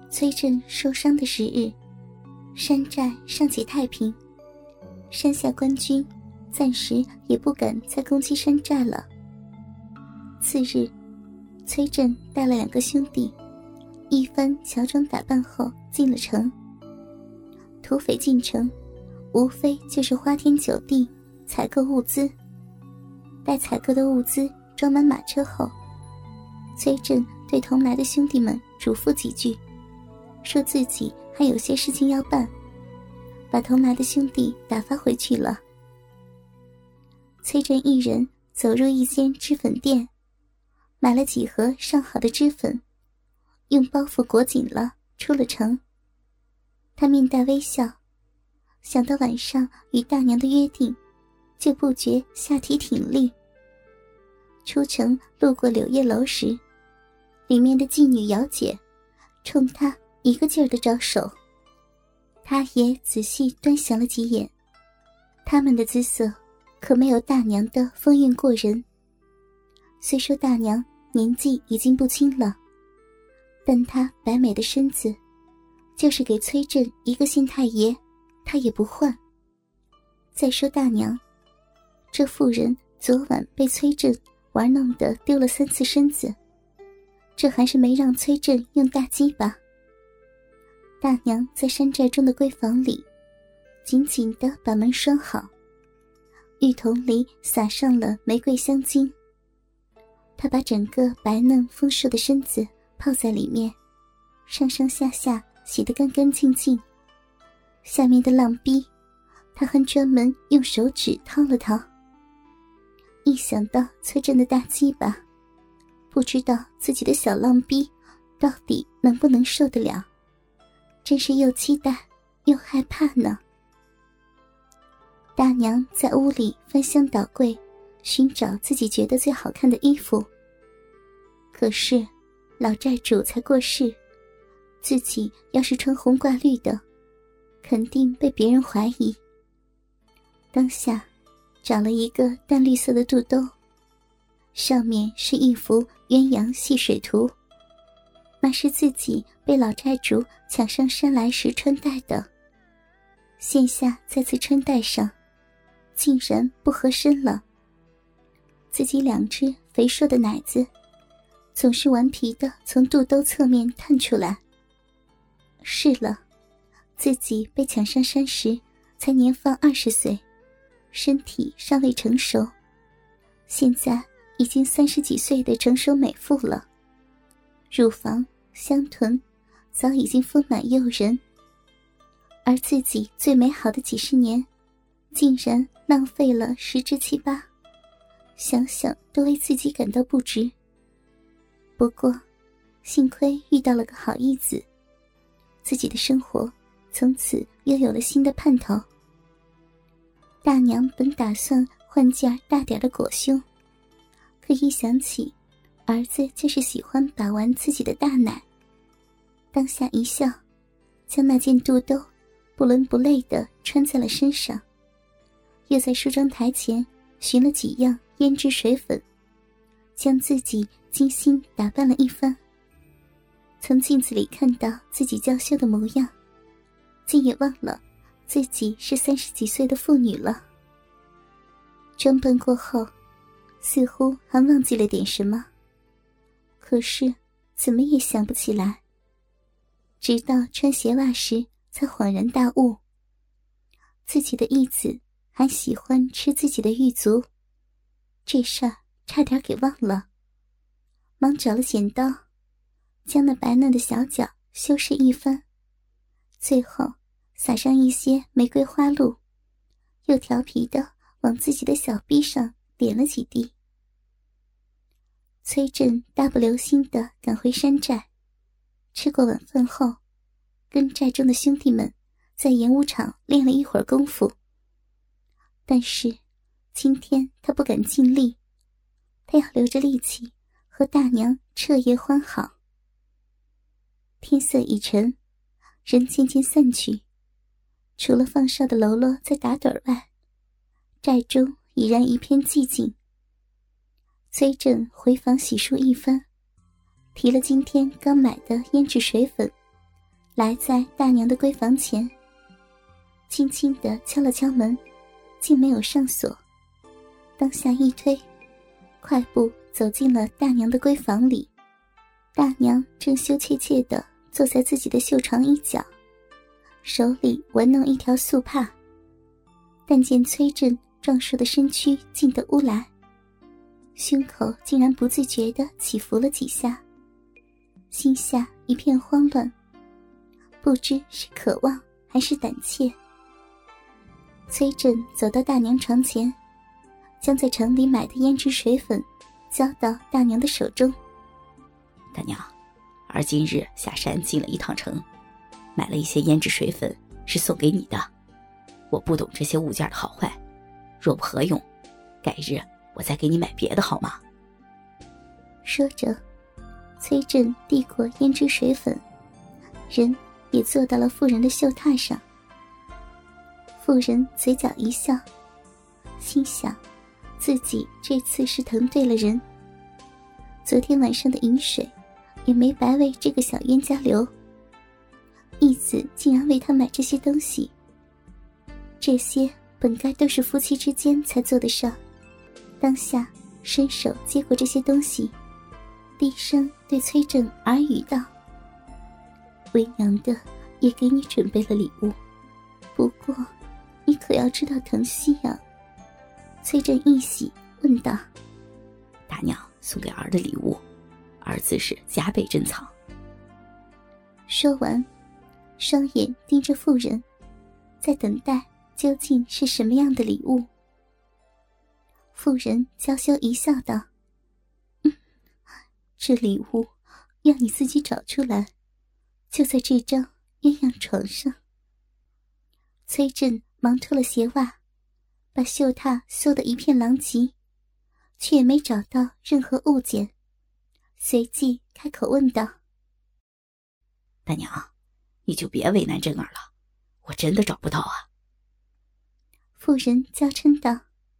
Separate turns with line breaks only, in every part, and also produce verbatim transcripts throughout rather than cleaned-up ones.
崔振受伤的时日，山寨尚且太平，山下官军暂时也不敢再攻击山寨了。次日，崔振带了两个兄弟，一番乔装打扮后进了城。土匪进城，无非就是花天酒地，采购物资。待采购的物资装满马车后，崔振对同来的兄弟们嘱咐几句，说自己还有些事情要办，把同来的兄弟打发回去了。崔振一人走入一间脂粉店，买了几盒上好的脂粉，用包袱裹紧了，出了城。他面带微笑，想到晚上与大娘的约定，就不觉下体挺立。出城路过柳叶楼时，里面的妓女姚姐冲他一个劲儿地招手，他也仔细端详了几眼，他们的姿色可没有大娘的风韵过人。虽说大娘年纪已经不轻了，但她白美的身子，就是给崔振一个县太爷，她也不换。再说大娘，这妇人昨晚被崔振玩弄得丢了三次身子，这还是没让崔振用大鸡巴。大娘在山寨中的闺房里，紧紧地把门拴好，浴桶里撒上了玫瑰香精。她把整个白嫩丰硕的身子泡在里面，上上下下洗得干干净净。下面的浪逼，她还专门用手指掏了掏。一想到崔振的大鸡巴，不知道自己的小浪逼到底能不能受得了，真是又期待又害怕呢。大娘在屋里翻箱倒柜，寻找自己觉得最好看的衣服。可是老债主才过世，自己要是穿红挂绿的，肯定被别人怀疑。当下找了一个淡绿色的肚兜，上面是一幅鸳鸯戏水图，那是自己被老债主抢上山来时穿戴的，现下再次穿戴上，竟然不合身了。自己两只肥硕的奶子总是顽皮地从肚兜侧面探出来。是了，自己被抢上山时才年方二十岁，身体尚未成熟，现在已经三十几岁的成熟美妇了，乳房香臀早已经丰满诱人，而自己最美好的几十年竟然浪费了十之七八，想想都为自己感到不值。不过幸亏遇到了个好义子，自己的生活从此又有了新的盼头。大娘本打算换件大点的裹胸，可一想起儿子就是喜欢把玩自己的大奶，当下一笑，将那件肚兜不伦不类地穿在了身上，又在梳妆台前寻了几样胭脂水粉，将自己精心打扮了一番。从镜子里看到自己娇羞的模样，竟也忘了自己是三十几岁的妇女了。装扮过后，似乎还忘记了点什么，可是怎么也想不起来。直到穿鞋袜时才恍然大悟，自己的义子还喜欢吃自己的玉足，这事儿差点给忘了。忙找了剪刀，将那白嫩的小脚修饰一番，最后撒上一些玫瑰花露，又调皮地往自己的小臂上点了几滴。崔振大不留心地赶回山寨，吃过晚饭后，跟寨中的兄弟们在演武场练了一会儿功夫。但是今天他不敢尽力，他要留着力气和大娘彻夜欢好。天色已沉，人渐渐散去，除了放哨的喽啰在打盹外，寨中已然一片寂静。崔振回房洗漱一番，提了今天刚买的胭脂水粉， 来在大娘的闺房前，轻轻地敲了敲门，竟没有上锁。当下一推，快步走进了大娘的闺房里。大娘正羞怯怯地坐在自己的绣床一角，手里玩弄一条素帕。但见崔振壮硕的身躯进得屋来，胸口竟然不自觉地起伏了几下，心下一片慌乱，不知是渴望还是胆怯。崔振走到大娘床前，将在城里买的胭脂水粉交到大娘的手中。
大娘，儿今日下山进了一趟城，买了一些胭脂水粉，是送给你的。我不懂这些物件的好坏，若不合用，改日我再给你买别的好吗？
说着，崔振递过胭脂水粉，人也坐到了妇人的绣榻上。妇人嘴角一笑，心想自己这次是疼对了人，昨天晚上的饮水也没白为这个小冤家留，义子竟然为他买这些东西，这些本该都是夫妻之间才做得上。当下伸手接过这些东西，低声对崔振耳语道：为娘的也给你准备了礼物，不过你可要知道疼惜呀。崔振一喜，问道：
大娘送给儿的礼物，儿自是加倍珍藏。
说完，双眼盯着妇人，在等待究竟是什么样的礼物。妇人娇羞一笑道：嗯，这礼物要你自己找出来，就在这张鸳鸯床上。崔振忙脱了鞋袜，把绣榻绣得一片狼藉，却也没找到任何物件，随即开口问道：
大娘，你就别为难真儿了，我真的找不到啊。
妇人娇嗔道：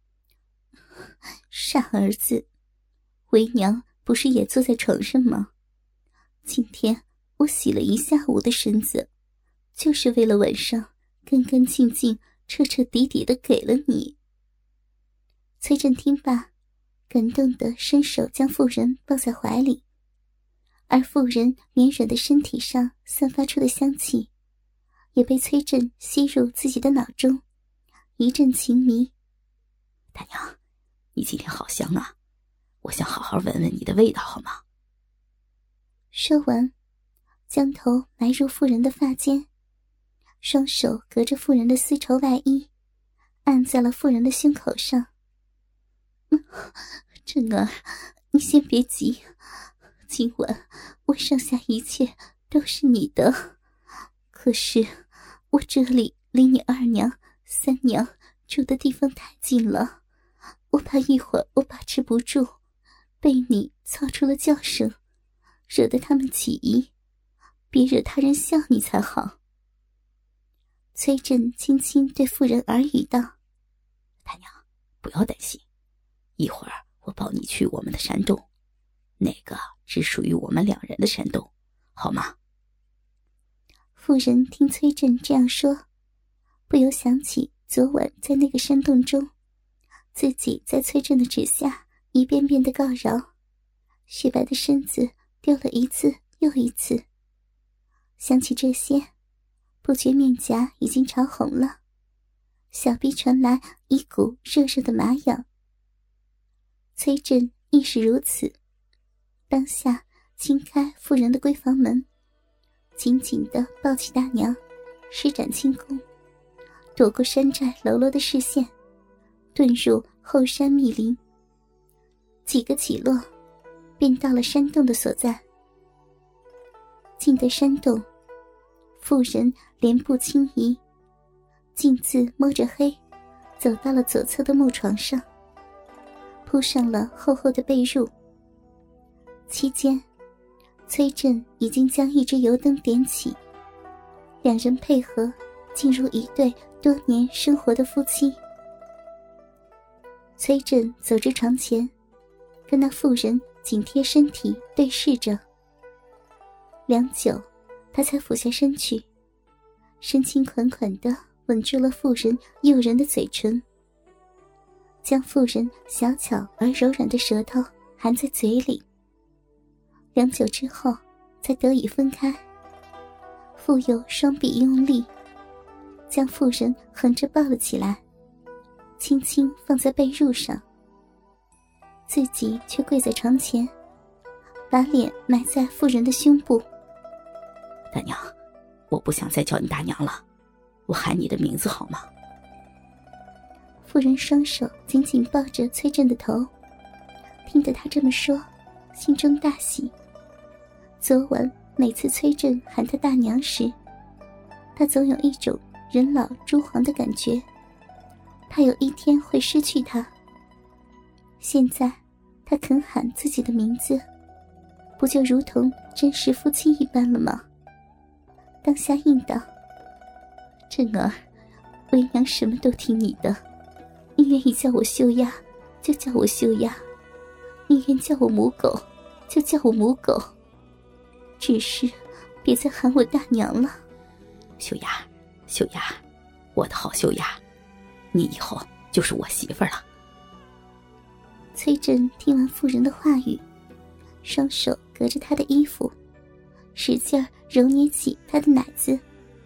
傻儿子，为娘不是也坐在床上吗？今天我洗了一下午的身子，就是为了晚上干干净净彻彻底底的给了你。崔振听罢，感动地伸手将妇人抱在怀里，而妇人绵软的身体上散发出的香气也被崔振吸入自己的脑中，一阵情迷。
大娘，你今天好香啊，我想好好闻闻你的味道好吗？
说完，将头埋入妇人的发间，双手隔着妇人的丝绸外衣，按在了妇人的胸口上。振儿，你先别急，今晚我上下一切都是你的，可是我这里离你二娘、三娘住的地方太近了，我怕一会儿我把持不住，被你操出了叫声，惹得他们起疑，别惹他人笑你才好。崔振轻轻对妇人耳语道：
大娘，不要担心，一会儿我抱你去我们的山洞，那个只属于我们两人的山洞，好吗？
妇人听崔振这样说，不由想起昨晚在那个山洞中，自己在崔振的指下一遍遍的告饶，雪白的身子丢了一次又一次。想起这些，不觉面颊已经潮红了，小臂传来一股热热的麻痒。崔振亦是如此，当下轻开妇人的闺房门，紧紧地抱起大娘，施展轻功，躲过山寨喽啰的视线，遁入后山密林。几个起落，便到了山洞的所在。进得山洞，妇人莲步轻移，径自摸着黑走到了左侧的木床上，铺上了厚厚的被褥。期间，崔振已经将一支油灯点起，两人配合，进入一对多年生活的夫妻。崔振走至床前，跟那妇人紧贴身体对视着，良久他才俯下身去，深情款款地吻住了妇人诱人的嘴唇，将妇人小巧而柔软的舌头含在嘴里。良久之后才得以分开，妇幼双臂用力，将妇人横着抱了起来，轻轻放在被褥上，自己却跪在床前，把脸埋在妇人的胸部。
大娘，我不想再叫你大娘了，我喊你的名字好吗？
妇人双手紧紧抱着崔振的头，听得他这么说，心中大喜。昨晚每次崔振喊他大娘时，他总有一种人老珠黄的感觉，他有一天会失去他。现在他肯喊自己的名字，不就如同真实夫妻一般了吗？当下应道：振儿，为娘什么都听你的，你愿意叫我秀丫就叫我秀丫，你愿叫我母狗就叫我母狗，只是别再喊我大娘了。
秀丫，秀丫，我的好秀丫，你以后就是我媳妇儿了。
崔振听完妇人的话语，双手隔着她的衣服，使劲揉捏起她的奶子。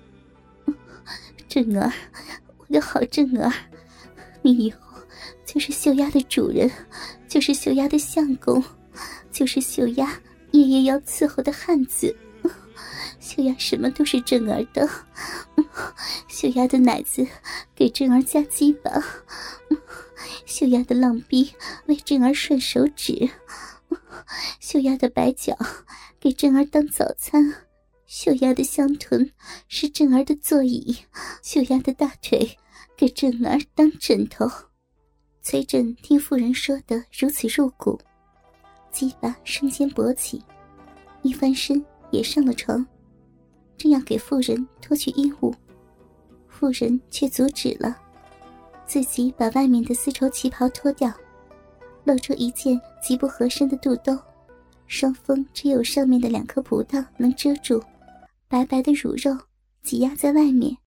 振儿，我的好振儿，你以后就是秀丫的主人，就是秀丫的相公，就是秀丫夜夜要伺候的汉子。秀丫什么都是振儿的，秀丫的奶子给振儿加鸡巴，秀丫的浪逼为振儿涮手指，秀丫的白脚给振儿当早餐，秀丫的香臀是振儿的座椅，秀丫的大腿给振儿当枕头。崔振听妇人说得如此入骨，鸡巴瞬间勃起，一翻身也上了床，正要给妇人脱去衣物，妇人却阻止了，自己把外面的丝绸旗袍脱掉，露出一件极不合身的肚兜，双峰只有上面的两颗葡萄能遮住，白白的乳肉挤压在外面。